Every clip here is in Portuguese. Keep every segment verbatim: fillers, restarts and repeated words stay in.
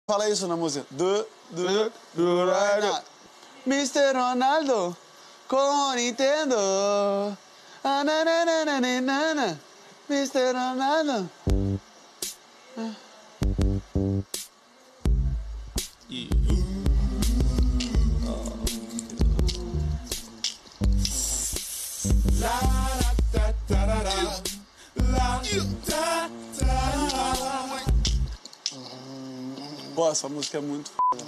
Fala isso na música. Do, do, do, Ronaldo. mister Ronaldo com Nintendo. Ah, na, na, na, na, na, na, na. mister Ronaldo. Ah. Pô, essa música é muito foda.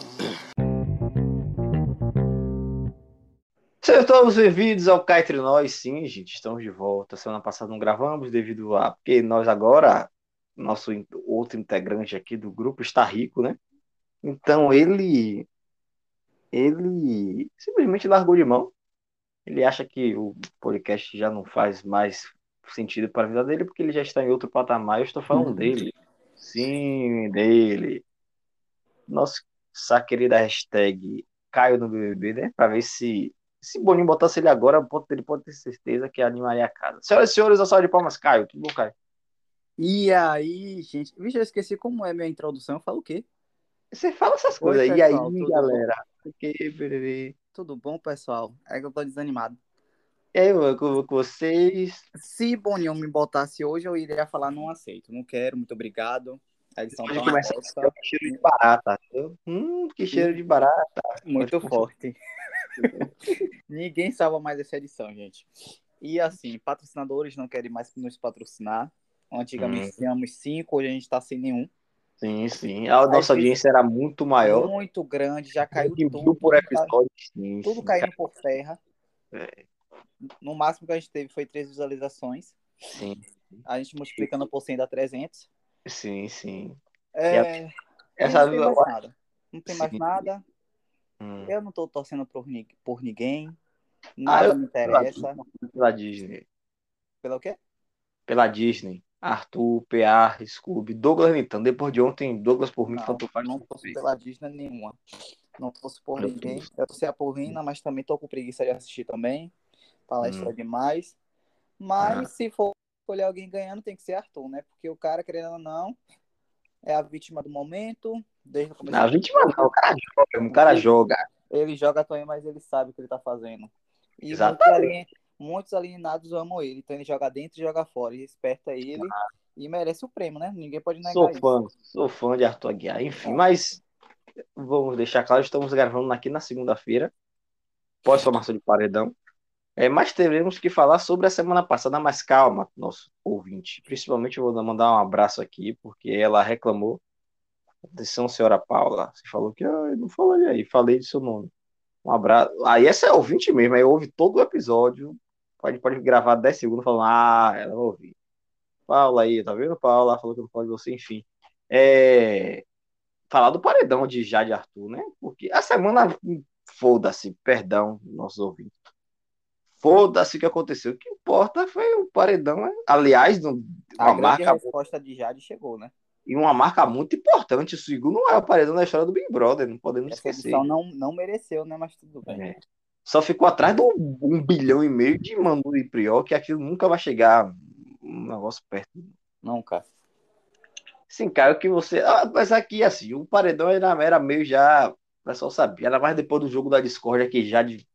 Sejam todos bem-vindos ao Cá Entre Nós. Sim, gente, estamos de volta. Semana passada não gravamos devido a... Porque nós agora, nosso in- outro integrante aqui do grupo está rico, né? Então ele, ele simplesmente largou de mão. Ele acha que o podcast já não faz mais sentido para a vida dele porque ele já está em outro patamar. Eu estou falando dele. Sim, dele. Nossa querida hashtag Caio no B B B, né? Para ver se se Boninho botasse ele agora, ele pode ter certeza que animaria a casa. Senhoras e senhores, a salva de palmas, Caio. Tudo bom, Caio? E aí, gente? Vixe, eu esqueci como é minha introdução. Eu falo o quê? Você fala essas Oi, coisas. E aí, pessoal, tudo bom? galera? Que bererê. Tudo bom, pessoal? É que eu tô desanimado. E aí, mano, com, com vocês? Se Boninho me botasse hoje, eu iria falar não aceito. Não quero, muito obrigado. A edição Pode tá uma começar bosta. com cheiro de barata. Viu? Hum, que cheiro de barata. Pode Muito começar. forte. Ninguém salva mais essa edição, gente. E assim, patrocinadores não querem mais nos patrocinar. Antigamente Hum, tínhamos cinco, hoje a gente tá sem nenhum. sim, sim. A Às nossa vezes, audiência era muito maior. muito grande, já caiu vinte mil tudo, por tudo, tá, episódio. Sim, tudo sim, caindo cara. por terra. É, No máximo que a gente teve foi três visualizações. sim, A gente multiplicando por cem dá trezentos. sim, sim. E a- É... E essa, não tem mais nada. Não tem mais sim. nada. Hum. Eu não tô torcendo por, ni- por ninguém. Ah, Nada eu me pela, interessa. pela Disney. Pelo quê? Pela Disney. Arthur, P A, Scooby, Douglas Nintendo. Depois de ontem, Douglas por mim, Não, tanto faz. não tanto torço fez. pela Disney nenhuma. Não torço por Eu ninguém. torço. Eu torci por Rina, mas também tô com preguiça de assistir também. Palestra Hum. demais. Ah. Mas se for escolher alguém ganhando, tem que ser Arthur, né? Porque o cara, querendo ou não, é a vítima do momento. Desde o começo Não, do vítima não, o jogo. cara joga, o cara joga. Ele joga também, mas ele sabe o que ele tá fazendo. E muitos, Exatamente. alien, muitos alienados amam ele. Então ele joga dentro e joga fora. E respeita ele e merece o prêmio, né? Ninguém pode Sou negar isso. fã, sou fã de Arthur Aguiar. Enfim, É. mas vamos deixar claro, estamos gravando aqui na segunda-feira, pós-formação de paredão. É, mas teremos que falar sobre a semana passada, mas calma, nosso ouvinte. Principalmente eu vou mandar um abraço aqui, porque ela reclamou. Atenção, senhora Paula. Você falou que ah, eu não falei aí, falei de seu nome. Um abraço. Aí essa é ouvinte mesmo, aí ouve todo o episódio. Pode, pode gravar dez segundos falando, ah, ela vai ouvir. Paula aí, tá vendo? Paula falou que não pode você, enfim. É... Falar do paredão de Jade Arthur, né? Porque a semana, foda-se, perdão, nossos ouvintes. Foda-se o que aconteceu. O que importa foi o paredão, né? Aliás, A uma grande marca resposta de Jade chegou, né? e uma marca muito importante. O segundo é o paredão da história do Big Brother, não podemos Essa esquecer. edição não, não mereceu, né? Mas tudo bem. É. Só ficou atrás do um bilhão e meio de Manu e Priol, que aquilo nunca vai chegar um negócio perto. Não, cara. Sim, cara, o que você. Ah, mas aqui, assim, o paredão era, era meio já. O pessoal sabia. Era mais depois do jogo da Discord que já de.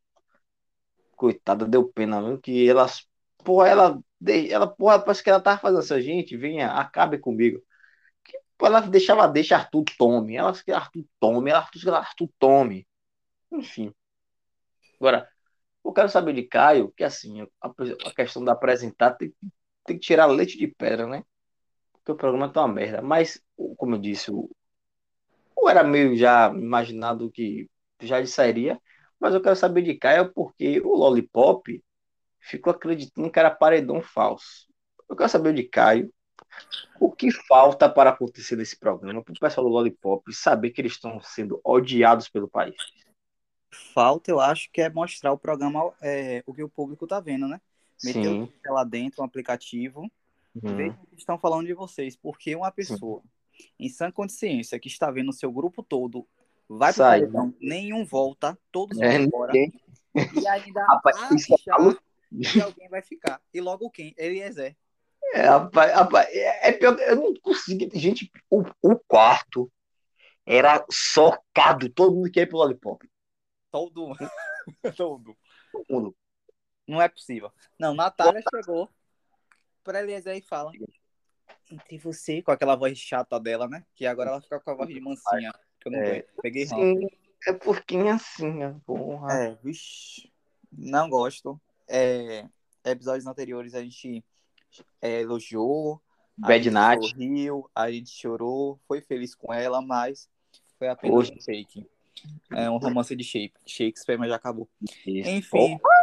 Coitada, deu pena, viu? Que elas. Porra, ela. Ela, porra, parece que ela tava fazendo assim, gente, venha, acabe comigo. Ela deixava, deixa Arthur tome. Ela que Arthur tome, ela, Arthur, Arthur tome. Enfim. Agora, eu quero saber de Caio, que assim, a, a questão da apresentar tem, tem que tirar leite de pedra, né? Porque o programa tá uma merda. Mas, como eu disse, o, o era meio já imaginado que já sairia. Mas eu quero saber de Caio porque o Lollipop ficou acreditando que era paredão falso. Eu quero saber de Caio o que falta para acontecer nesse programa, para o pessoal do Lollipop saber que eles estão sendo odiados pelo país. Falta, eu acho que é mostrar o programa, é, o que o público tá vendo, né? Meter o Sim. link lá dentro, um aplicativo. Uhum. Vejam o que estão falando de vocês. Porque uma Sim. pessoa em sã consciência que está vendo o seu grupo todo vai pro Sai. paredão, nenhum volta, todos vão É, embora. ninguém. E ainda Rapaz, isso é achar maluco. que alguém vai ficar. E logo quem? Eliezer. É, rapaz, rapaz, é, é pior, eu não consigo. Gente, o, o quarto era socado. Todo mundo queria ir pro Lollipop. Todo. Todo. Todo mundo. Não é possível. Não, Natália chegou pra Eliezer e fala: entre você, com aquela voz chata dela, né? Que agora ela fica com a voz de mansinha. Que eu não É, aguento. Peguei ranço. sim, é porquinho assim, né, porra. É, vixi. Não gosto. É, episódios anteriores a gente é, elogiou, a Bad gente Night. sorriu, a gente chorou, foi feliz com ela, mas foi apenas Poxa, um fake. É um romance de Shake- Shakespeare, mas já acabou. isso. Enfim, Porra,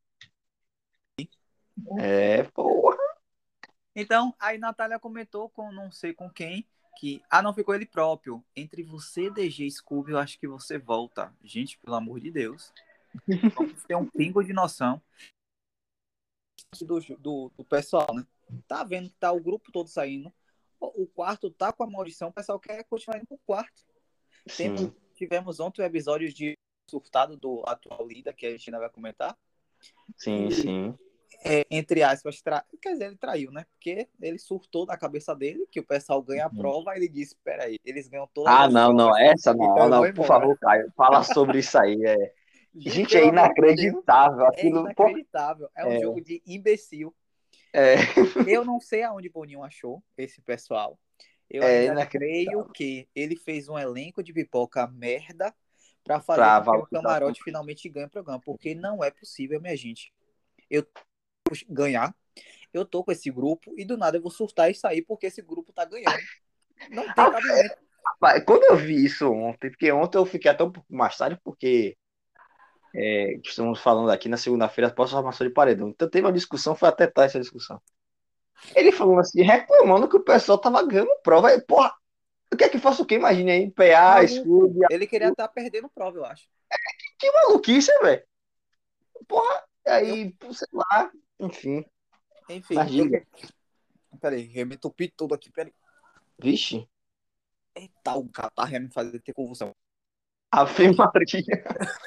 é, porra. então, aí Natália comentou com não sei com quem, que, ah, não ficou ele próprio. Entre você, D G e Scooby, eu acho que você volta. Gente, pelo amor de Deus. Vamos ter um pingo de noção do, do, do pessoal, né? Tá vendo que tá o grupo todo saindo. O, o quarto tá com a maldição, o pessoal quer continuar indo pro quarto. Temos, Sim, tivemos ontem o episódio de surtado do atual líder, que a gente ainda vai comentar. sim, Que sim. é, entre aspas, tra... quer dizer, ele traiu, né? Porque ele surtou na cabeça dele que o pessoal ganha a prova, e ele disse: peraí, eles ganham todas Ah, as não, não, provas, essa então não, eu vou não, por embora. favor, Caio, fala sobre isso aí. É. Gente, Gente, é pelo amor de Deus, inacreditável é aquilo. Pô, inacreditável. É um é, jogo de imbecil. é, Eu não sei aonde Boninho achou esse pessoal. Eu é ainda creio inacreditável. que ele fez um elenco de pipoca merda para fazer Pra com que o valorizar o camarote finalmente ganhe o programa, porque não é possível, minha gente. Eu ganhar, eu tô com esse grupo e do nada eu vou surtar e sair porque esse grupo tá ganhando. Não tem cabimento. Rapaz, quando eu vi isso ontem, porque ontem eu fiquei até um pouco mais tarde, porque é, estamos falando aqui na segunda-feira após a formação de paredão. Então teve uma discussão, foi até tarde essa discussão. Ele falando assim, reclamando que o pessoal tava ganhando prova. Aí, porra, o que é que faço o quê? Imagine aí, P A, Maluco. Scooby, Ele queria estar perdendo prova, eu acho. que maluquice, velho. Porra, Eu, aí, pô, sei lá, enfim, enfim, mas eu diga. que... Peraí, eu me entupi tudo aqui, peraí. Vixe, Eita, o catarro ia me fazer ter convulsão. Ave Maria.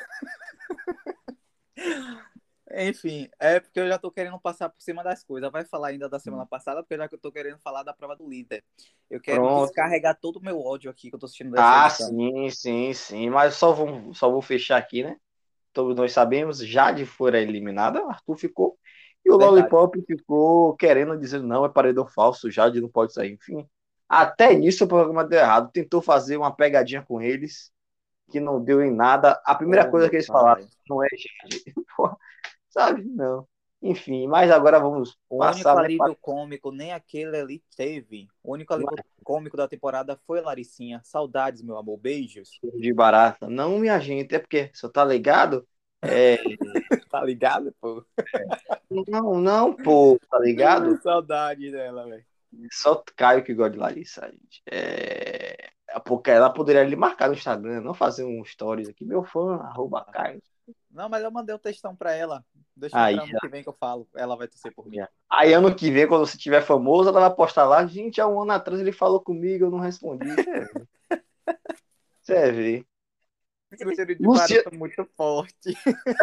Enfim, é porque eu já tô querendo passar por cima das coisas. Vai falar ainda da semana passada, porque já que eu tô querendo falar da prova do líder. Eu quero Pronto. descarregar todo o meu ódio aqui que eu tô assistindo dessa Ah, edição. sim, sim, sim. Mas só vou, só vou fechar aqui, né? Todos nós sabemos, Jade foi eliminada, Arthur ficou. E o Verdade. Lollipop ficou querendo dizer, não, é paredão falso, Jade não pode sair. Enfim, até nisso o programa deu errado. Tentou fazer uma pegadinha com eles, que não deu em nada. A primeira Oh, coisa meu que eles falaram, pai. não é Jade. Porra, sabe? Não. Enfim, mas agora vamos O único passar, né? alívio cômico, nem aquele ali teve. O único alívio cômico da temporada foi Laricinha. Saudades, meu amor. Beijos. De barata. Não, minha gente, é porque, você tá ligado? É, Tá ligado, pô? não, não, pô, tá ligado? Saudade dela, velho. Só Caio que gosta de Larissa, gente. É... Porque ela poderia lhe marcar no Instagram, não fazer um stories aqui, meu fã, arroba Caio. Não, mas eu mandei um textão pra ela. Deixa Aí, pra ano que vem que eu falo. Ela vai torcer por mim. já. Aí ano que vem, quando você tiver famoso, ela vai postar lá, gente, há um ano atrás ele falou comigo, eu não respondi. Você vê. Você vê. O cheiro de Luciano, barulho muito forte.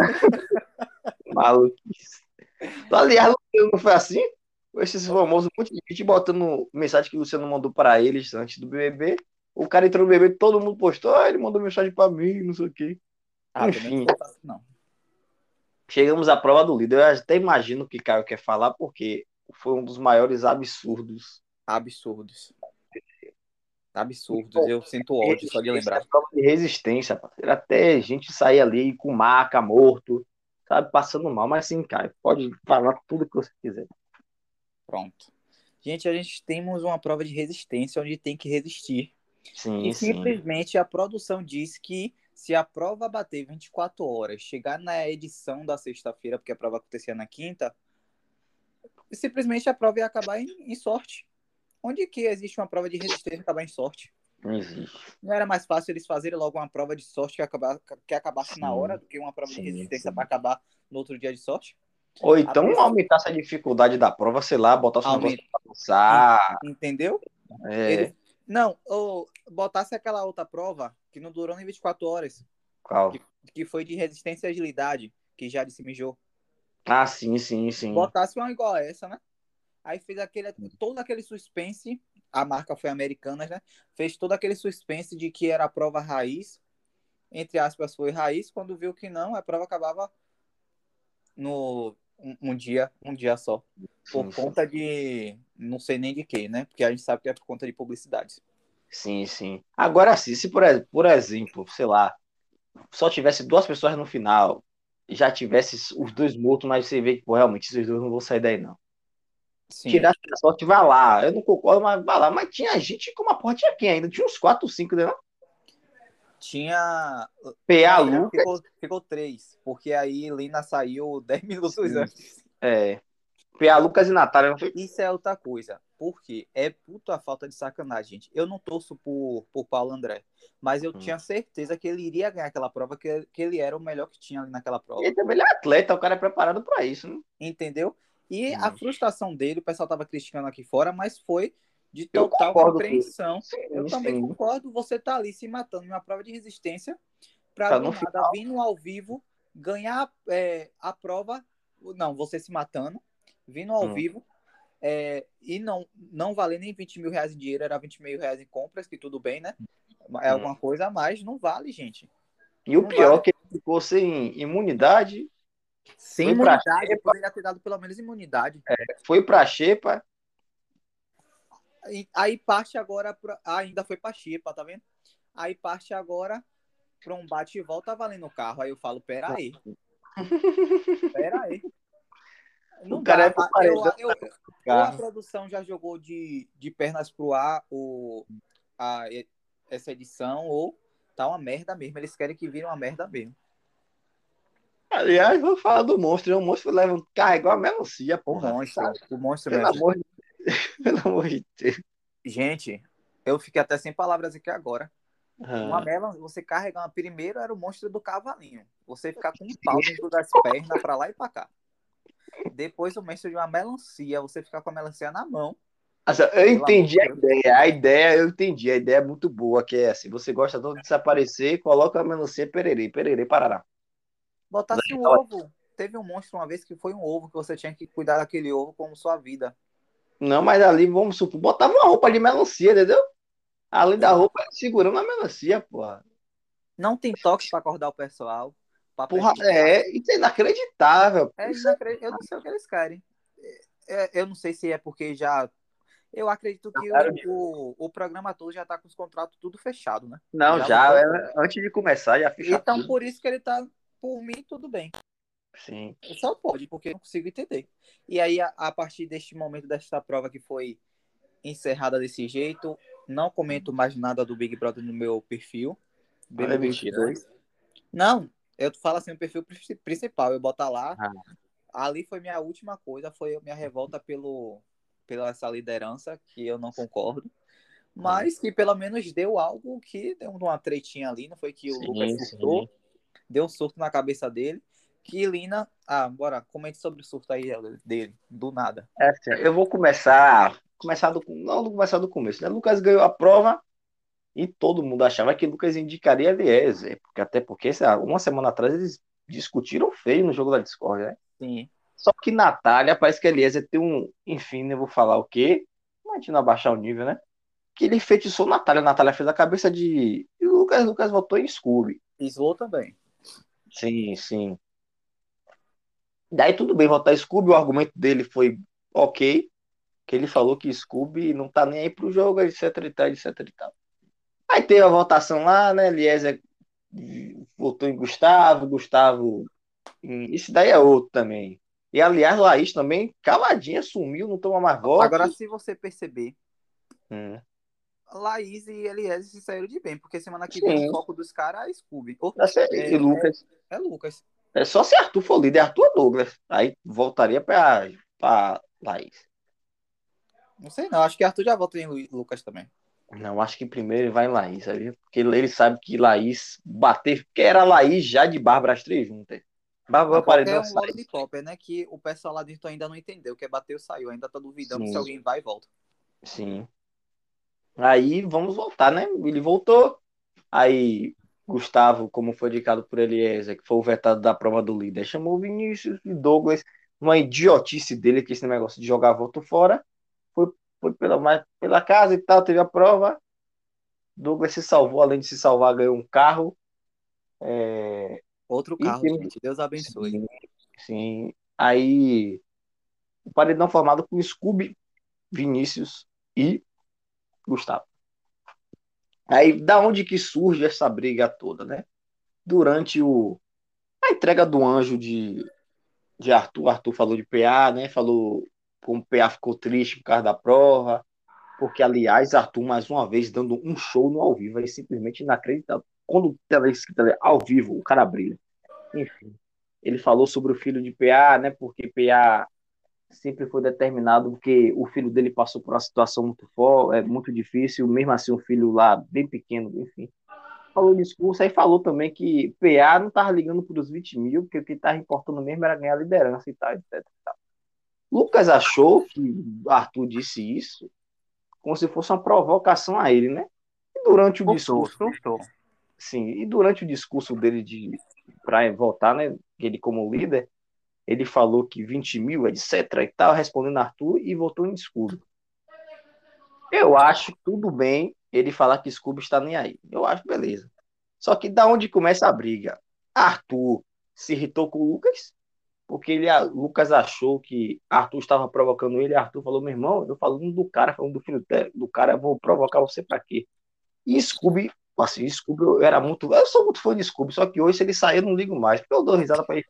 maluquice. Aliás, Luciano não foi assim? Esses famosos, um monte de gente botando mensagem que o Luciano mandou para eles antes do B B B. O cara entrou no B B B, todo mundo postou, ah, ele mandou mensagem para mim, não sei o quê. Ah, também não Enfim, foi fácil, não. chegamos à prova do líder. Eu até imagino o que Caio quer falar, porque foi um dos maiores absurdos. Absurdos. Absurdos. Pô, Eu sinto ódio só de resistência, lembrar. prova de resistência, parceiro. Até gente sair ali com maca, morto, sabe, passando mal. Mas sim, Caio, pode falar tudo que você quiser. Pronto. Gente, a gente temos uma prova de resistência onde tem que resistir. E Sim, sim. simplesmente a produção diz que se a prova bater vinte e quatro horas, chegar na edição da sexta-feira, porque a prova acontecia na quinta, simplesmente a prova ia acabar em, em sorte. Onde que existe uma prova de resistência e acabar em sorte? Não existe. Não era mais fácil eles fazerem logo uma prova de sorte que, acabar, que acabasse na hora Sim, do que uma prova de sim, resistência para sim. acabar no outro dia de sorte? Ou A então pessoa aumentasse a dificuldade da prova, sei lá, botasse um negócio aumenta. pra passar. Entendeu? Eles. É, Não, ou botasse aquela outra prova que não durou nem vinte e quatro horas, que, qual? que foi de resistência e agilidade, que já se mijou. Ah, sim, sim, sim. Botasse uma igual a essa, né? Aí fez aquele, todo aquele suspense a marca foi Americanas, né? Fez todo aquele suspense de que era a prova raiz, entre aspas, foi raiz, quando viu que não, a prova acabava no um, um dia, um dia só. Por Sim, sim. conta de não sei nem de quê, né? Porque a gente sabe que é por conta de publicidade. Sim, sim. Agora sim, se por, ex- por exemplo, sei lá, só tivesse duas pessoas no final, já tivesse os dois mortos, mas você vê que, pô, realmente, esses dois não vão sair daí, não. Sim. Tirasse a sorte, vai lá. Eu não concordo, mas vai lá. Mas tinha gente como a porra tinha quem ainda? Tinha uns quatro, cinco, né? Não? Tinha. P A. Tinha Lucas. ficou, ficou três, porque aí Lina saiu dez minutos Sim. antes. É. P A. Lucas e Natália, não foi? Isso é outra coisa. Porque é puta falta de sacanagem, gente. Eu não torço por, por Paulo André. Mas eu Hum. tinha certeza que ele iria ganhar aquela prova, que, que ele era o melhor que tinha ali naquela E ele prova. também ele é atleta, o cara é preparado pra isso, né? Entendeu? E a Hum. frustração dele, o pessoal tava criticando aqui fora, mas foi de Eu total concordo com ele. compreensão. Eu Sim, também sim. concordo. Você tá ali se matando em uma prova de resistência para Pra do no nada final. vindo ao vivo ganhar é, a prova. Não, você se matando, vindo ao Hum, vivo. É, e não, não valer nem vinte mil reais em dinheiro, era vinte mil reais em compras, que tudo bem, né? É hum. alguma coisa a mais, não vale, gente. E o Não pior vale. é que ele ficou sem imunidade, Sem foi pra imunidade, xepa, poderia ter dado pelo menos imunidade. foi pra xepa. Aí, aí parte agora, pra, ah, ainda foi pra Chipa, tá vendo? Aí parte agora pra um bate e volta valendo o carro. Aí eu falo, pera aí, pera aí. O Não cara é dá. pro Ah, Eu, paredão eu, do ou a carro. produção já jogou de, de pernas pro ar o, a, essa edição, ou tá uma merda mesmo. Eles querem que vire uma merda mesmo. Aliás, vamos falar do monstro. O monstro leva um carro igual a melancia, O porra. monstro, Sabe? o monstro Pelo mesmo. amor de, pelo amor de Deus. Gente, eu fiquei até sem palavras aqui agora. Uma Ah, mela, você carregar uma, primeiro era o monstro do cavalinho. Você ficar com um pau dentro das pernas pra lá e pra cá. Depois o monstro de uma melancia, você ficar com a melancia na mão. assim, eu Pelo amor entendi de a Deus. ideia. A ideia eu entendi. A ideia é muito boa, que é assim, você gosta tanto de desaparecer, coloca a melancia pererê, pererê, parará. Botasse um ovo. Teve um monstro uma vez que foi um ovo que você tinha que cuidar daquele ovo como sua vida. Não, mas ali, vamos supor, botava uma roupa de melancia, entendeu? Além da roupa, segurando a melancia, porra. Não tem toque para acordar o pessoal, para Porra, perguntar. é, isso é inacreditável. É Isso é... inacreditável. Eu não sei o que eles querem. É, eu não sei se é porque já. Eu acredito que o, Cara, o, o programa todo já está com os contratos tudo fechado, né? não, Já não já, tem como. é, antes de começar, já ficha Então, tudo. por isso que ele tá. Por mim, tudo bem. Sim. Só pode, porque eu não consigo entender. E aí, a, a partir deste momento, desta prova que foi encerrada desse jeito, não comento mais nada do Big Brother no meu perfil. Olha, é B B B mentira, né? vinte e dois. Não, eu falo assim, o perfil principal, eu botar lá. Ah, Ali foi minha última coisa, foi minha revolta pelo, pela essa liderança, que eu não concordo. hum. Mas que pelo menos deu algo que deu uma tretinha ali, não foi que o Lucas Sim, surtou, sim. deu um surto na cabeça dele. Que Lina. Ah, bora, comente sobre o surto aí dele, do nada. É assim, eu vou começar, começar do, não vou começar do começo, né? Lucas ganhou a prova e todo mundo achava que Lucas indicaria Eliezer, porque até porque sei lá, uma semana atrás eles discutiram feio no jogo da Discord, né? Sim. Só que Natália, parece que Eliezer tem um, enfim, não vou falar o quê, mas a gente não abaixar o nível, né? Que ele enfeitiçou Natália, Natália fez a cabeça de e o Lucas, Lucas votou em Scooby. Slow também. Sim, sim. Daí tudo bem votar Scooby, o argumento dele foi ok, que ele falou que Scooby não tá nem aí pro jogo, etc e tal, etc e tal. Aí teve a votação lá, né? Eliezer votou em Gustavo, Gustavo. em- Isso daí é outro também. E aliás, Laís também, caladinha, sumiu, não toma mais Agora, votos. se você perceber, Hum. Laís e Eliezer se saíram de bem, porque semana que vem o Sim. foco dos caras é Scooby. Ou, E é, é, Lucas. é Lucas. É só se Arthur for líder, Arthur ou Douglas. Aí voltaria pra, pra Laís. Não sei não, acho que Arthur já vota em Lu- Lucas também. Não, acho que primeiro ele vai em Laís, sabe? Porque ele sabe que Laís bater, porque era Laís já de Bárbara as três juntas. Não, Bárbara qualquer paredão um sai. Lord Topper, né? Que o pessoal lá dentro ainda não entendeu, que é bateu e saiu. Ainda tá duvidando se Sim, alguém vai e volta. sim. Aí vamos voltar, né? Ele voltou. Aí Gustavo, como foi indicado por Eliezer, que foi o vetado da prova do líder, chamou o Vinícius e Douglas, uma idiotice dele, que esse negócio de jogar voto fora, foi foi pela, mais, pela casa e tal, teve a prova. Douglas se salvou, além de se salvar, ganhou um carro. É, Outro e carro, temos, gente. Deus abençoe. sim, sim. Aí, o paredão formado com Scooby, Vinícius e Gustavo. Aí, da onde que surge essa briga toda, né? Durante o, a entrega do anjo de, de Arthur, Arthur falou de P A, né? Falou como o P A ficou triste por causa da prova, porque, aliás, Arthur, mais uma vez, dando um show no ao vivo, é simplesmente inacreditável. Quando tela escrita ali, ao vivo, o cara brilha. Enfim, ele falou sobre o filho de P A, né? Porque P A sempre foi determinado, porque o filho dele passou por uma situação muito forte, é muito difícil, mesmo assim, um filho lá bem pequeno, enfim. Falou o discurso, aí falou também que P A não estava ligando para os vinte mil, porque o que estava importando mesmo era ganhar liderança e tal, etcétera. Lucas achou que Arthur disse isso como se fosse uma provocação a ele, né? E durante o Surtou, discurso, surtou. sim, e durante o discurso dele de para votar, né? Ele como líder, ele falou que vinte mil, etcétera e tal, respondendo a Arthur e votou em Scooby. Eu acho tudo bem ele falar que Scooby está nem aí. Eu acho beleza. Só que da onde começa a briga? Arthur se irritou com o Lucas, porque ele, o Lucas achou que Arthur estava provocando ele. Arthur falou: meu irmão, eu falando do cara, falando do filho do cara, vou provocar você para quê? E Scooby, assim, Scooby, eu era muito. Eu sou muito fã de Scooby, só que hoje, se ele sair, eu não ligo mais, porque eu dou risada para ele.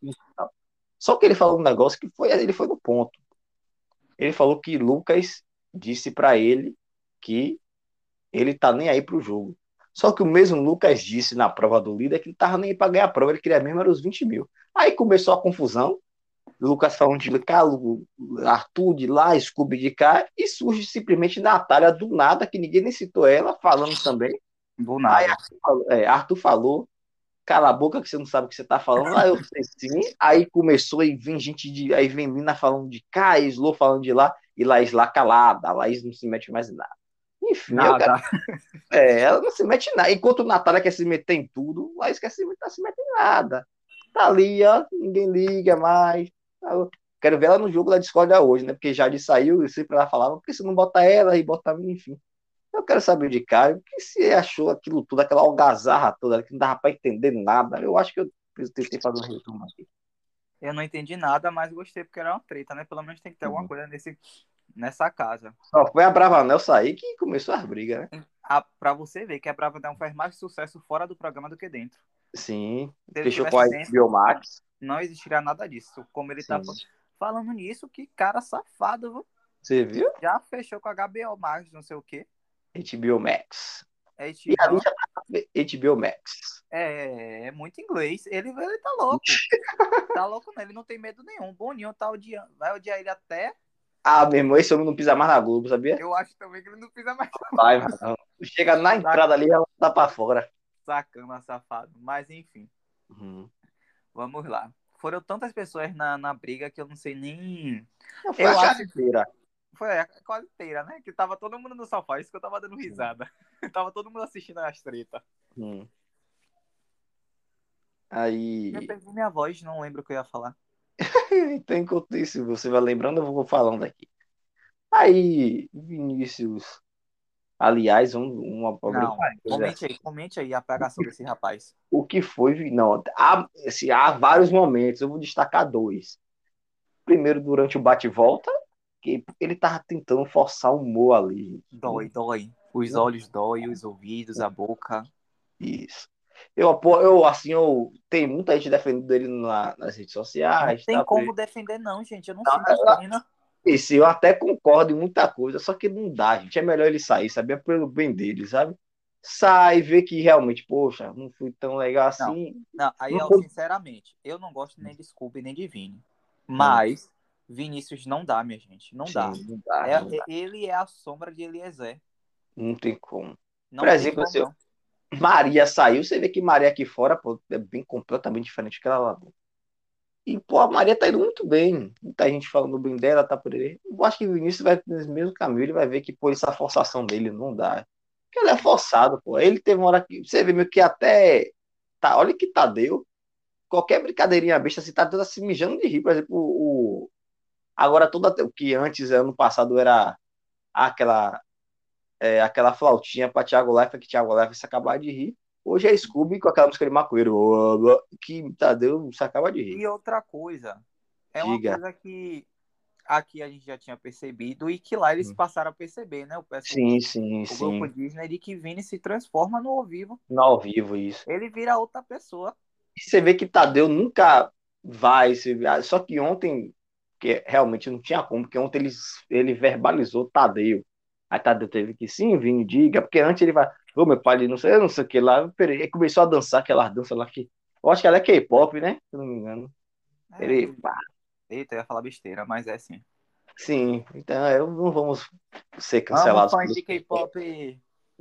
Só que ele falou um negócio que foi, ele foi no ponto. Ele falou que Lucas disse para ele que ele tá nem aí pro jogo. Só que o mesmo Lucas disse na prova do líder que ele tava nem aí pra ganhar a prova, ele queria mesmo era os vinte mil. Aí começou a confusão, Lucas falando de cá, Arthur de lá, Scooby de cá, e surge simplesmente Natália do nada, que ninguém nem citou ela, falando também. Do Aí nada. Arthur falou, é, Arthur falou, cala a boca que você não sabe o que você tá falando. Aí eu sei sim. Aí começou e vem gente de. Aí vem Mina falando de cá, Slow falando de lá, e Laís lá calada. A Laís não se mete mais em nada. Enfim, eu quero. Nada. É, ela não se mete em nada. Enquanto o Natália quer se meter em tudo, Laís quer se meter, não se mete em nada. Tá ali, ó, ninguém liga mais. Eu quero ver ela no jogo da discórdia hoje, né? Porque Jade saiu e sempre ela falava, por que você não bota ela e bota a mim, enfim. Eu quero saber de Caio, o que você achou aquilo tudo, aquela algazarra toda, que não dava para entender nada. Eu acho que eu tentei fazer um resumo aqui. Eu não entendi nada, mas gostei porque era uma treta, né? Pelo menos tem que ter alguma Uhum. coisa nesse, nessa casa. Só foi a Bravanel sair que começou as brigas, né? A, pra você ver que a Bravanel faz mais sucesso fora do programa do que dentro. Sim, Se ele fechou com estivesse a dentro, Biomax. não existiria nada disso. Como ele tá Sim. falando nisso, que cara safado, viu? Você viu? Já fechou com a H B O Max, não sei o quê. H B O Max. É E ali H já tá H B O Max. É, é muito inglês. Ele, ele tá louco. Tá louco, não. Ele não tem medo nenhum. O Boninho tá odiando. Vai odiar ele até. Ah, meu irmão, esse homem não pisa mais na Globo, sabia? Eu acho também que ele não pisa mais. Vai, mano. Chega na entrada ali, ela tá pra fora. Sacana, safado. Mas enfim, Uhum. vamos lá. Foram tantas pessoas na, na briga que eu não sei nem. Não, foi Eu a acho casa que inteira. foi a quase inteira, né? Que tava todo mundo no sofá. Isso que eu tava dando Sim. risada. Tava todo mundo assistindo as tretas. Hum. Eu Aí. perdi minha voz, não lembro o que eu ia falar. Então, enquanto isso, você vai lembrando, eu vou falando aqui. Aí, Vinícius. Aliás, um, uma abrindo Não, parênteses comente assim. aí, comente aí a pegação desse rapaz. O que foi. Não, há, assim, há vários momentos, eu vou destacar dois. Primeiro, durante o bate-volta, que ele tava tentando forçar o humor ali. Dói, dói. Os olhos dói, os ouvidos, a boca. Isso. Eu, apo- eu assim, eu tem muita gente defendendo ele na- nas redes Não sociais, tem tá? como defender, não, gente. Eu não sinto pena. Isso, eu até concordo em muita coisa, só que não dá, gente. É melhor ele sair, sabe? É pelo bem dele, sabe? Sai, vê que realmente, poxa, não fui tão legal Não, assim. não. Aí, Não eu, foi. sinceramente, eu não gosto nem de Scooby nem de Vini. Hum, Mas Vinícius não dá, minha gente. Não sim, dá. não dá, É, não é- dá. ele é a sombra de Eliezer. Não tem como. Por Não tem exemplo, como, assim, não. Maria saiu, você vê que Maria aqui fora, pô, é bem completamente diferente do que ela lá dentro. E, pô, a Maria tá indo muito bem. Muita gente falando bem dela, tá por aí. Eu acho que o Vinícius vai nesse mesmo caminho, ele vai ver que, pô, essa forçação dele não dá. Porque ele é forçado, pô. Ele teve uma hora que. Você vê meio que até. Tá, olha que Tadeu. Qualquer brincadeirinha besta, assim, tá toda se mijando de rir. Por exemplo, o. o- agora, todo o que antes, ano passado, era. aquela, é, aquela flautinha pra Thiago Leifert, que Thiago Leifert se acabar de rir. Hoje é Scooby com aquela música de Macoeiro, que Tadeu se acaba de rir. E outra coisa, é uma Diga. coisa que aqui a gente já tinha percebido e que lá eles passaram a perceber, né? O pessoal, Sim, sim, o grupo sim. Disney, de que Vini se transforma no ao vivo. No ao vivo, isso. Ele vira outra pessoa. E você vê que Tadeu nunca vai. Se... Só que ontem, que realmente não tinha como, porque ontem ele, ele verbalizou Tadeu. Aí Tadeu teve que sim, Vini, diga, porque antes ele vai. Ô, meu pai, ele não sei, eu não sei o que lá. Peraí, ele começou a dançar aquela dança lá que. Eu acho que ela é K-pop, né? Se eu não me engano. É, Ele. ele... Eita, eu ia falar besteira, mas é assim. Sim, então eu não vamos ser Amo cancelados fãs pelos de K-pop. K-pop.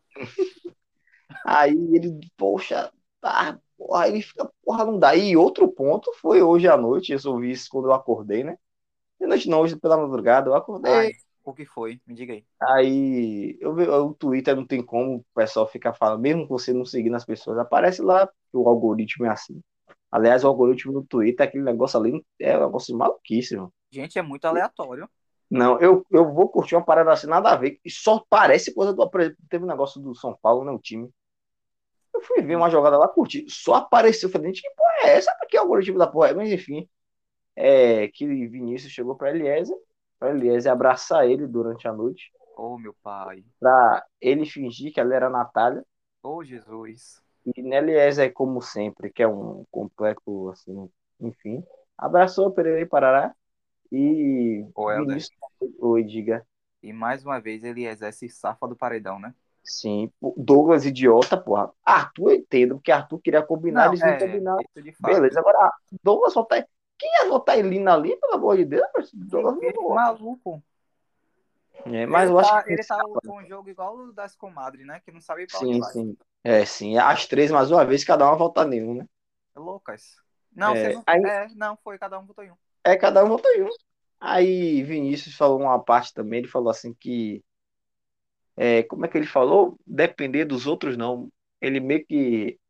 Aí ele, poxa, tá, porra, aí ele fica, porra, não dá. E outro ponto foi hoje à noite, eu ouvi isso quando eu acordei, né? De noite não, hoje pela madrugada, eu acordei. Ai, o que foi? Me diga aí. Aí eu vi o Twitter, não tem como o pessoal ficar falando, mesmo que você não seguindo as pessoas, aparece lá que o algoritmo é assim. Aliás, o algoritmo do Twitter, aquele negócio ali, é um negócio maluquíssimo. Gente, é muito aleatório. Não, eu, eu vou curtir uma parada assim, nada a ver. E só parece coisa do. Por exemplo, teve um negócio do São Paulo, né? O time. Eu fui ver uma jogada lá, curti. Só apareceu. Falei, gente, que porra é essa? Pra que é o algoritmo da porra? Mas enfim, é que Vinícius chegou pra Eliezer, pra Eliezer abraçar ele durante a noite, Oh, meu pai. pra ele fingir que ela era a Natália. Oh, Jesus. E Eliezer, como sempre, que é um completo, assim, enfim, abraçou Pereira e Parará. E Ô, Helder. Vinícius, oi, diga. E mais uma vez ele exerce safa do paredão, né? Sim, Douglas idiota, porra. Arthur eu entendo, porque Arthur queria combinar, Não, eles não é, combinaram. isso de fato. Beleza, agora Douglas só tá. Quem ia votar em Lina ali, pelo amor de Deus? Que, Douglas não que vota. maluco. É, mas Ele eu acho tá, que ele tá com um jogo igual o das comadres, né? Que não sabe pra onde sim, vai. sim. É, sim. As três, mais uma vez, cada uma vota nenhum, né? Loucas. Não, você É, não. aí, É, não, foi, cada um votou em um. é, cada um vota em um. Aí Vinícius falou uma parte também, ele falou assim que. É, como é que ele falou? Depender dos outros, não. Ele meio que.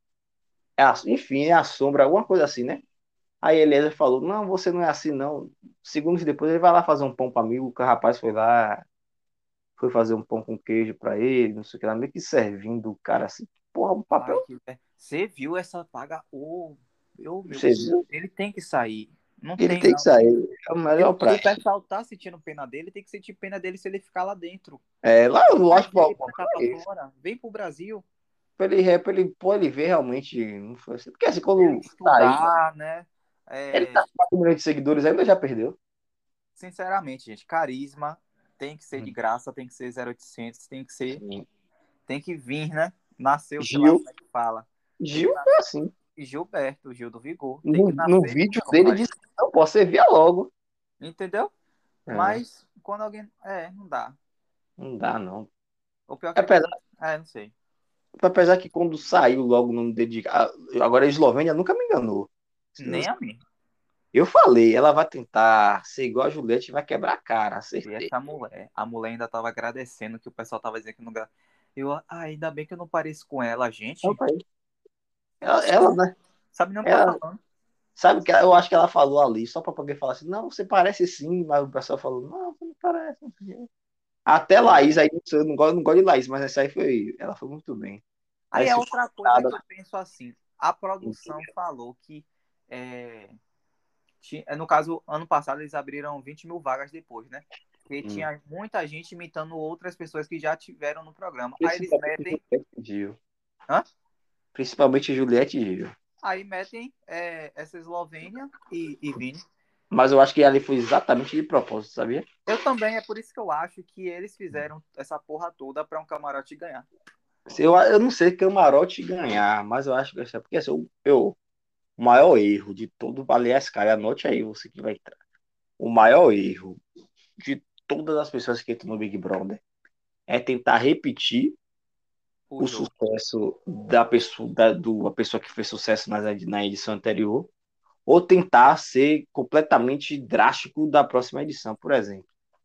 É, a- enfim, é a sombra, alguma coisa assim, né? Aí Eliezer falou: Não, você não é assim, não. Segundos depois ele vai lá fazer um pão para amigo. O rapaz foi lá, foi fazer um pão com queijo para ele, não sei o que lá, meio que servindo o cara assim. Porra, um papel. Ai, que... Você viu essa paga? Ô, oh, meu Você Deus. viu? Ele tem que sair. Não Ele tem, tem que não. sair. É o Se, melhor se pra o ele. pessoal tá sentindo pena dele, tem que sentir pena dele se ele ficar lá dentro. É, lá eu acho Traz que o ele pra cá problema pra é esse. fora. Vem pro Brasil. Pra ele, é, pra ele, pô, ele ver realmente. Não foi assim. Porque assim, Ele quando sair, estudar, né? ele tá É, com quatro milhões de seguidores ainda já perdeu. sinceramente, gente, carisma tem que ser de Hum, graça, tem que ser zero oitocentos, tem que ser, Sim. tem que vir, né? Nasceu, sei lá Gil, como é que fala. Tem que Gil é nascer. assim. Gilberto, Gil do Vigor, tem que No, no nascer com vídeo dele vontade. disse: Não, posso você via logo. Entendeu? É, Mas quando alguém. É, não dá. não dá, não. O pior é que ele Apesar tem. É, não sei. Apesar que quando saiu logo o nome dele de... ah, agora a Eslovênia nunca me enganou. Nem a mim. Eu falei, ela vai tentar ser igual a Juliette e vai quebrar a cara, E acertei. essa mulher. A mulher ainda tava agradecendo que o pessoal tava dizendo que não. gra- Eu, ah, ainda bem que eu não pareço com ela, Então, gente. tá aí. Ela, Oxi, ela, né? sabe nem o que tá Ela, falando. sabe que eu acho que ela falou ali, só pra poder falar assim, não, você parece sim, mas o pessoal falou, não, você não parece. Não sei o quê. Até Laís, aí não sei, eu não gosto, não gosto de Laís, mas essa aí foi, ela foi muito bem. Aí Laís é ficou outra coisa nada, que eu penso assim. A produção falou que. É, ti- é, no caso, ano passado eles abriram vinte mil vagas depois, né? Porque hum, tinha muita gente imitando outras pessoas que já tiveram no programa. Aí eles principalmente metem. Juliette e Gil. Hã? Principalmente Juliette e Gil. Aí metem é, essa Eslovênia e, e Vini. Mas eu acho que ali foi exatamente de propósito, sabia? Eu também, é por isso que eu acho que eles fizeram essa porra toda pra um camarote ganhar. Eu, eu não sei camarote ganhar, mas eu acho que é porque assim, eu, eu- o maior erro de todo, aliás, cara, anote aí você que vai entrar. O maior erro de todas as pessoas que entram no Big Brother é tentar repetir O o jogo. sucesso da pessoa, da, do, a pessoa que fez sucesso na, na edição anterior, ou tentar ser completamente drástico da próxima edição, por exemplo.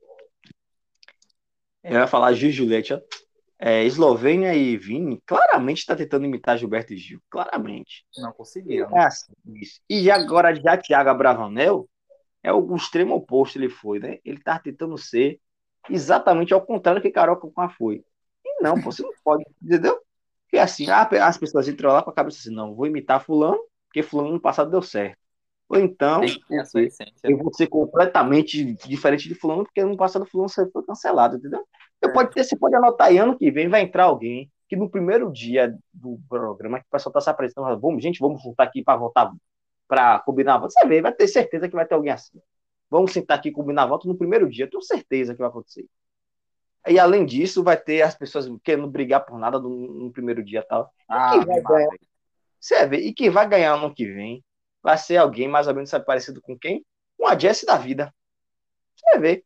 Eu ia falar Gil e Juliette, ó. É, Eslovênia e Vini claramente está tentando imitar Gilberto e Gil, claramente. Não E conseguiram, é né? assim, isso. E já agora, já Thiago Abravanel é o, o extremo oposto ele foi, né? Ele tá tentando ser exatamente ao contrário que Carol Conká foi. E não, pô, você não pode, entendeu? Porque assim, ah, as pessoas entram lá com a cabeça assim, não, vou imitar fulano, porque fulano no passado deu certo. Ou então, Tem que ter a sua porque essência. eu vou ser completamente diferente de fulano, porque no passado fulano foi cancelado, entendeu? Eu pode Certo. ter, você pode anotar aí, ano que vem vai entrar alguém que no primeiro dia do programa que o pessoal está se apresentando, vamos, gente, vamos juntar aqui para votar, para combinar voto. Você vê, vai ter certeza que vai ter alguém assim. Vamos sentar aqui e combinar voto no primeiro dia, eu tenho certeza que vai acontecer. E além disso, vai ter as pessoas querendo brigar por nada no, no primeiro dia e tal. E quem Ave vai ganhar? Maria. Você vê, e quem vai ganhar ano que vem vai ser alguém mais ou menos sabe, parecido com quem? Com a Jessie da vida. Você vê.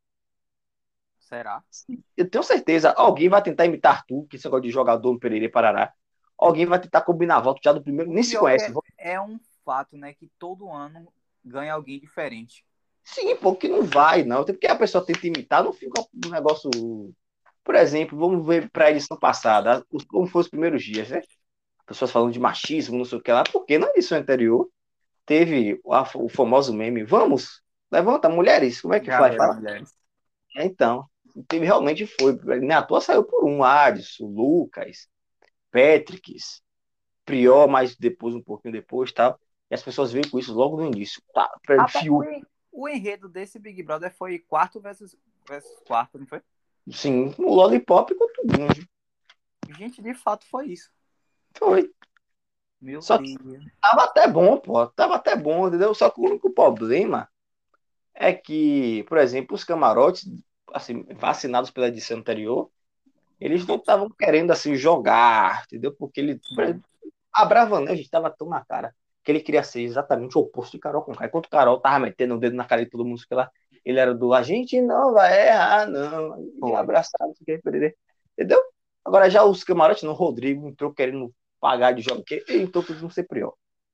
Será? Eu tenho certeza, alguém vai tentar imitar tu, que você gosta de jogador no Pereira e Parará. Alguém vai tentar combinar voto já do primeiro, O nem se pior que conhece. é, é um fato, né? Que todo ano ganha alguém diferente. Sim, porque não vai, não. Até porque a pessoa tenta imitar, não fica um negócio. Por exemplo, vamos ver para a edição passada, como foram os primeiros dias, né? Pessoas falando de machismo, não sei o que lá, porque na edição anterior teve a, o famoso meme, vamos, levanta, mulheres, como é que vai? Galera, Fala. mulheres. Então, teve, realmente foi, na toa saiu por um, Adson, Lucas, Patrick, Prior, mas depois, um pouquinho depois, tal, e as pessoas veio com isso logo no início, tá, Rapaz, o, perfil, en- o enredo desse Big Brother foi quarto versus, versus quarto, não foi? sim, o Lollipop com tudo, Gente, de fato foi isso. foi, Meu só que Deus. tava até bom, pô, tava até bom, entendeu? Só que o único problema é que, por exemplo, os camarotes, assim, vacinados pela edição anterior, eles não estavam querendo, assim, jogar, entendeu? Porque ele, por Hum. exemplo, a Bravanel, a gente tava tão na cara que ele queria ser exatamente o oposto de Carol Conká. Enquanto Carol tava metendo o dedo na cara de todo mundo, que lá, ele era do a gente não vai errar, não. E Foi. abraçado, não quer perder. Entendeu? Agora já os camarotes, no Rodrigo entrou querendo pagar de jogo, porque ele entrou tudo no ser prior.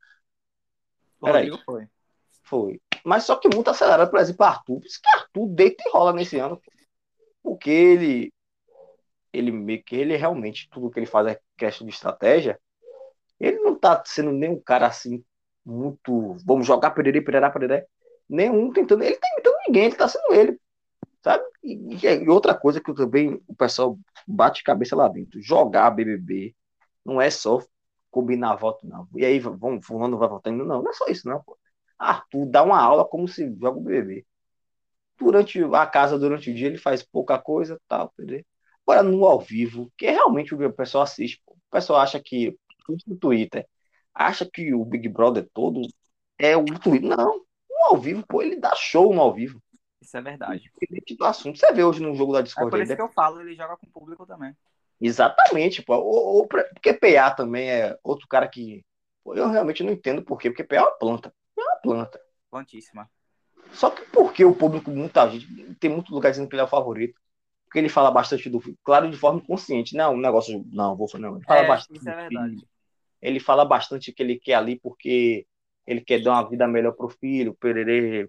O Peraí, Rodrigo foi. foi. Mas só que muito acelerado, por exemplo, Arthur. Por isso que Arthur deita e rola nesse ano. Porque ele, ele meio que ele realmente, tudo que ele faz é questão de estratégia. Ele não tá sendo nem um cara assim, muito. Vamos jogar pererê, pererá, pereré. Nenhum tentando. Ele tá imitando ninguém, ele tá sendo ele, sabe? E, e outra coisa que eu também o pessoal bate cabeça lá dentro: jogar B B B não é só combinar voto, não. E aí, vamos, fulano vai votando. Não, não é só isso, não, pô. Arthur dá uma aula como se joga o B B B. Durante a casa, durante o dia, ele faz pouca coisa, tal, entendeu? Agora, no ao vivo, que é realmente o que o pessoal assiste, pô. O pessoal acha que, no Twitter, acha que o Big Brother todo é o Twitter. Não, no ao vivo, pô, ele dá show no ao vivo. Isso é verdade. Independente do assunto. Você vê hoje no jogo da É Discord por aí, isso né? que eu falo, ele joga com o público também. Exatamente, pô. Ou, ou, porque P A também é outro cara que. Pô, eu realmente não entendo por quê, porque P A é uma planta. É uma planta. Quantíssima. Só que por que o público, muita gente, tem muito lugar dizendo que ele é o favorito? Porque ele fala bastante do filho, claro, de forma inconsciente. Não, um negócio, não, vou não. Ele fala É, bastante isso do é verdade. filho. Ele fala bastante que ele quer ali porque ele quer dar uma vida melhor pro filho, pererê.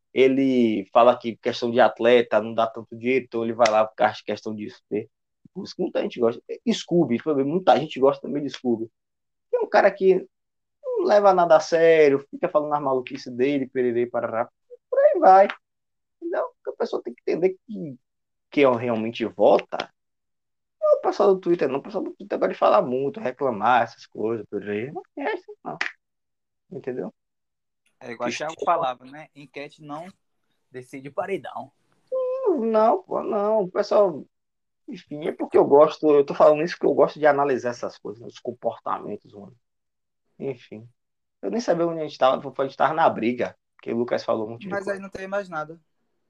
Ele fala que questão de atleta não dá tanto dinheiro, então ele vai lá por causa de questão disso. Né? Por isso que muita gente gosta. Scooby, muita gente gosta também de Scooby. É um cara que não leva nada a sério, fica falando as maluquices dele, pererê, parará. Por aí vai. Então, a pessoa tem que entender que quem realmente vota não é o pessoal do Twitter, não. O pessoal do Twitter gosta de falar muito, reclamar, essas coisas, por aí. Não é isso, não. Entendeu? É igual o Thiago falava, né? Enquete não decide paredão. Não, pô, não. O pessoal, enfim, é porque eu gosto, eu tô falando isso porque eu gosto de analisar essas coisas, os comportamentos, mano. Enfim. Eu nem sabia onde a gente tava, a gente tava na briga, porque o Lucas falou um monte de Mas aí coisa. não tem mais nada.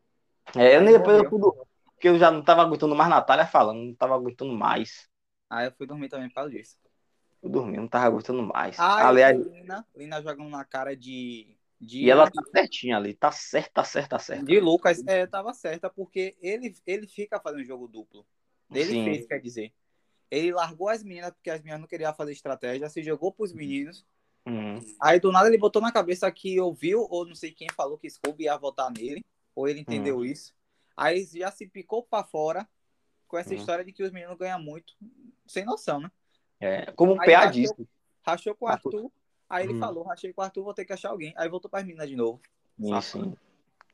É, eu Aí nem depois eu morreu. fui dormir, porque eu já não tava aguentando mais Natália falando, não tava aguentando mais. Aí eu fui dormir também por causa disso. Eu dormi, não tava aguentando mais. Ah, eu vi Aliás, Lina, Lina jogando na cara de, e de ela Ian, tá certinha ali, tá certa, tá certa, tá certa. de Lucas. É, tava certa, porque ele, ele fica fazendo jogo duplo. Ele Sim. fez, quer dizer. Ele largou as meninas porque as meninas não queriam fazer estratégia, se jogou pros meninos. Uhum. Aí do nada ele botou na cabeça que ouviu, ou não sei quem falou que Scooby ia votar nele, ou ele entendeu Uhum. isso. Aí já se picou pra fora com essa Uhum. história de que os meninos ganham muito, sem noção, né? É, como o Aí P A rachou, disse. rachou com o Arthur, aí ele Uhum. falou, rachei com o Arthur, vou ter que achar alguém. Aí voltou para as meninas de novo. Sim, Safado. sim.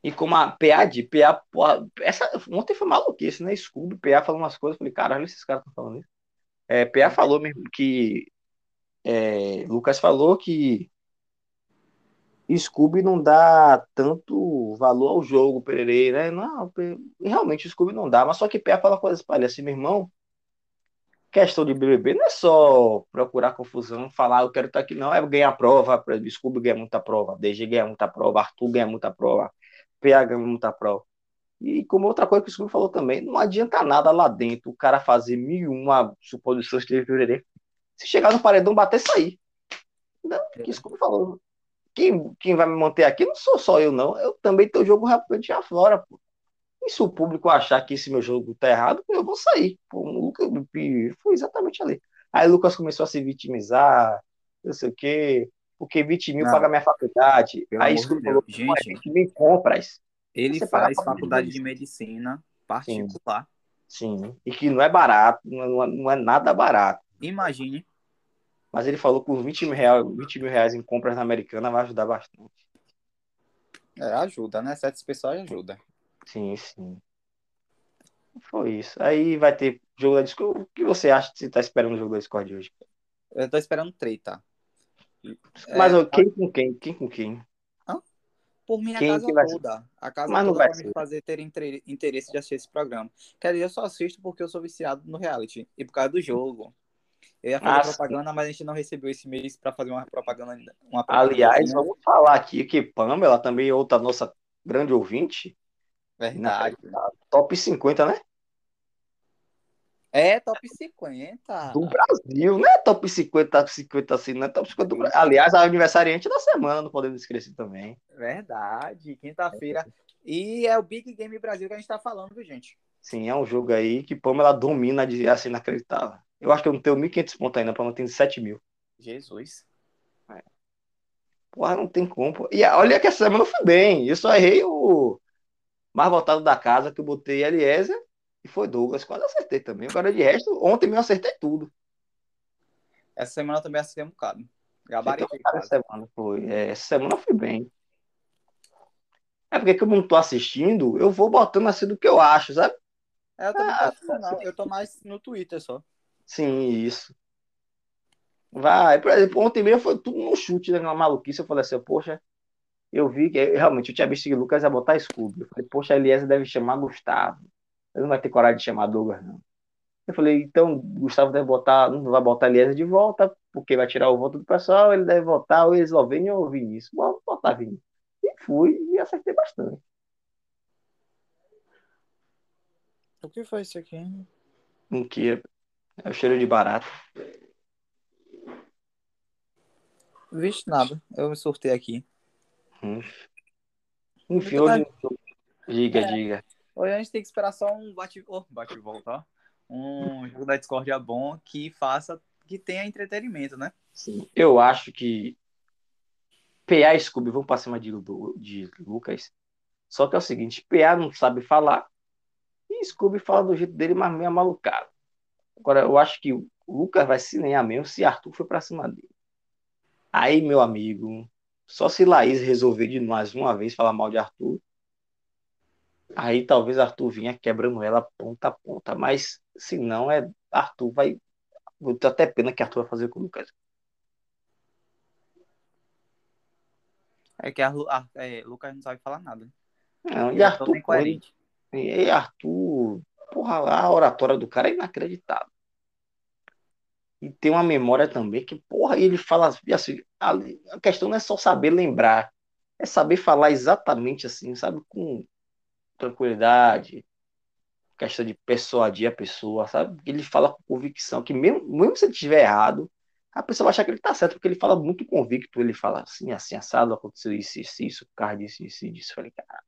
E como a P A de P A, porra, essa, ontem foi maluquice, né? Scooby, P A falou umas coisas, eu falei, caralho, esses caras estão falando isso. É, P A falou mesmo que. É, Lucas falou que Scooby não dá tanto valor ao jogo, Pererê, né? Não, pe- realmente o Scooby não dá, mas só que P A fala coisas para ele assim, meu irmão. Questão de B B B não é só procurar confusão, falar eu quero estar aqui, não, é ganhar prova, por exemplo, Scooby ganha muita prova, D G ganha muita prova, Arthur ganha muita prova, P A ganha muita prova. E como outra coisa que o Scooby falou também, não adianta nada lá dentro o cara fazer mil e uma suposições de pererê. Se chegar no paredão, bater e sair. Não, que o Scooby falou. Quem, quem vai me manter aqui não sou só eu, não. Eu também tenho jogo rapidamente afora, pô. E se o público achar que esse meu jogo tá errado, eu vou sair. Pô, o Lucas foi exatamente ali. Aí o Lucas começou a se vitimizar, não sei o quê, porque vinte mil paga Não, minha faculdade. pelo Aí amor de Scooby Deus. falou, pô, é Gente, vinte mil em compras. ele Você paga a faz faculdade de faculdade de medicina. medicina Sim, particular. sim. E que não é barato, não é, não é nada barato. Imagine. Mas ele falou que com vinte mil reais, vinte mil reais em compras na Americana vai ajudar bastante. É, ajuda, né? Certas pessoas ajudam. Sim, sim. Foi isso. Aí vai ter jogo da Discord. O que você acha que você tá esperando o jogo da Discord hoje? Eu tô esperando treta. Mas É, ó, quem com quem? Quem com quem? hã? Por minha Quem que casa vai ser? toda. A casa Mas não toda vai vai me ser. fazer ter entre- interesse de assistir esse programa. Quer dizer, eu só assisto porque eu sou viciado no reality. E por causa do jogo. Eu ia fazer Ah, sim. propaganda, mas a gente não recebeu esse mês pra fazer uma propaganda, uma Aliás, propagandazinha. vamos falar aqui que Pamela, também é outra nossa grande ouvinte, Verdade. inacreditável. Top cinquenta, né? É top cinquenta. Do Brasil, não é top cinquenta, top cinquenta assim, não é top cinquenta do Brasil. Vixe, Aliás, a aniversariante da semana, não podemos esquecer também. verdade. Quinta-feira. E é o Big Game Brasil que a gente tá falando, viu, gente? Sim, é um jogo aí que Pamela domina de assim, inacreditável. Eu acho que eu não tenho mil e quinhentos pontos ainda, Pamela tem sete mil. Jesus. Porra, não tem como. Pô. E olha que essa semana eu fui bem. Eu só errei o mais votado da casa, que eu botei Eliezer e foi Douglas. Quase acertei também. Agora, de resto, ontem mesmo eu acertei tudo. Essa semana eu também assisti um bocado. Acertei Gabaritei um cara essa quase. semana. Foi. É, essa semana eu fui bem. É porque como eu não tô assistindo, eu vou botando assim do que eu acho, sabe? É, eu também não tô Ah, assistindo, não. Eu tô mais no Twitter só. sim, isso. Vai. Por exemplo, ontem mesmo foi tudo no chute, né? Na maluquice. Eu falei assim, poxa, eu vi que realmente eu tinha visto que o Lucas ia botar Scooby. Eu falei, poxa, a Eliezer deve chamar Gustavo. Ele não vai ter coragem de chamar Douglas, não. Eu falei, então, Gustavo deve botar, não vai botar Eliezer de volta, porque vai tirar o voto do pessoal, ele deve votar ou Eslovênia ou Vinícius. Vou botar Vinícius. E fui e acertei bastante. O que foi isso aqui? Um que é o cheiro de barato. Vixe, nada. Eu sorteio aqui. Hum. Enfim, Muito bem. hoje. Diga, diga. Hoje a gente tem que esperar só um bate, oh, bate e volta, ó. Um jogo da discórdia bom que faça, que tenha entretenimento, né? Sim, eu acho que P A e Scooby vão pra cima de, de Lucas. Só que é o seguinte, P A não sabe falar e Scooby fala do jeito dele, mas meio malucado. Agora, eu acho que o Lucas vai se ganhar mesmo se Arthur for pra cima dele. Aí, meu amigo, só se Laís resolver de mais uma vez falar mal de Arthur, aí talvez Arthur vinha quebrando ela ponta a ponta. Mas se não, é Arthur vai. Vou ter até pena que Arthur vai fazer com o Lucas. É que a, Lu- a é, Lucas não sabe falar nada. Não, e Ele é todo Arthur, porra, ele, incoerente. e Arthur, porra, a oratória do cara é inacreditável. E tem uma memória também que, porra, ele fala assim, a, a questão não é só saber lembrar, é saber falar exatamente assim, sabe, com tranquilidade, questão de persuadir a pessoa, sabe? Ele fala com convicção, que mesmo, mesmo se ele estiver errado, a pessoa vai achar que ele tá certo, porque ele fala muito convicto, ele fala assim, assim, assado, aconteceu isso, isso, isso, o cara disse isso, isso. Eu falei, cara.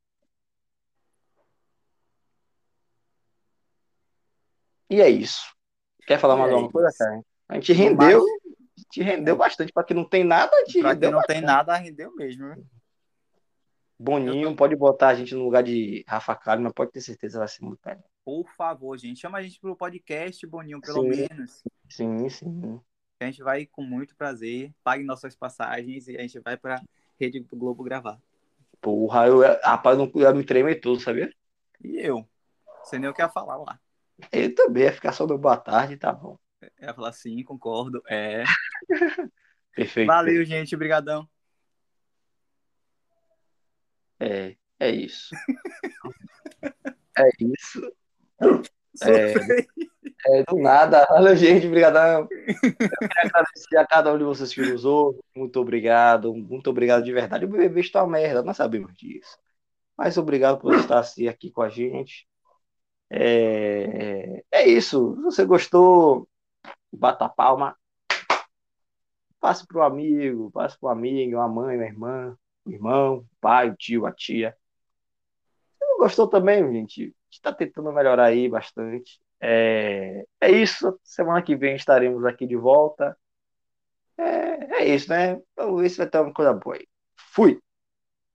E é isso. Quer falar E mais é alguma coisa, isso. cara? A gente No rendeu, mais, a gente rendeu é, bastante. Para quem não tem nada, a gente pra quem rendeu não tem bastante. nada, rendeu mesmo, viu? Eu Boninho tô... pode botar a gente no lugar de Rafa Kalimann, mas pode ter certeza vai ser muito melhor. Por favor, gente, chama a gente pro podcast, Boninho, pelo Sim, menos. sim, sim. A gente vai com muito prazer, pague nossas passagens e a gente vai pra Rede Globo gravar. Porra, eu, rapaz, eu não ia me tremer todo, sabia? E eu? Sem nem o que ia falar lá. Ele também ia ficar só no boa tarde, tá bom. Eu ia falar sim, concordo. É. Perfeito, Valeu, perfeito. gente. Obrigadão. É, é isso. É isso. É, Surtei. é do nada. Valeu, gente. Obrigadão. Queria agradecer a cada um de vocês que nos ouve. Muito obrigado. Muito obrigado de verdade. O bebê está uma merda, nós sabemos disso. Mas obrigado por estar assim, aqui com a gente. É, é isso. Se você gostou, bata a palma. Passe para o amigo, passe para o amigo, a mãe, a irmã, o irmão, o pai, o tio, a tia. Se não gostou também, gente, a gente está tentando melhorar aí bastante. É, é isso. Semana que vem estaremos aqui de volta. É, é isso, né? Vamos ver se vai ter uma coisa boa aí. Fui!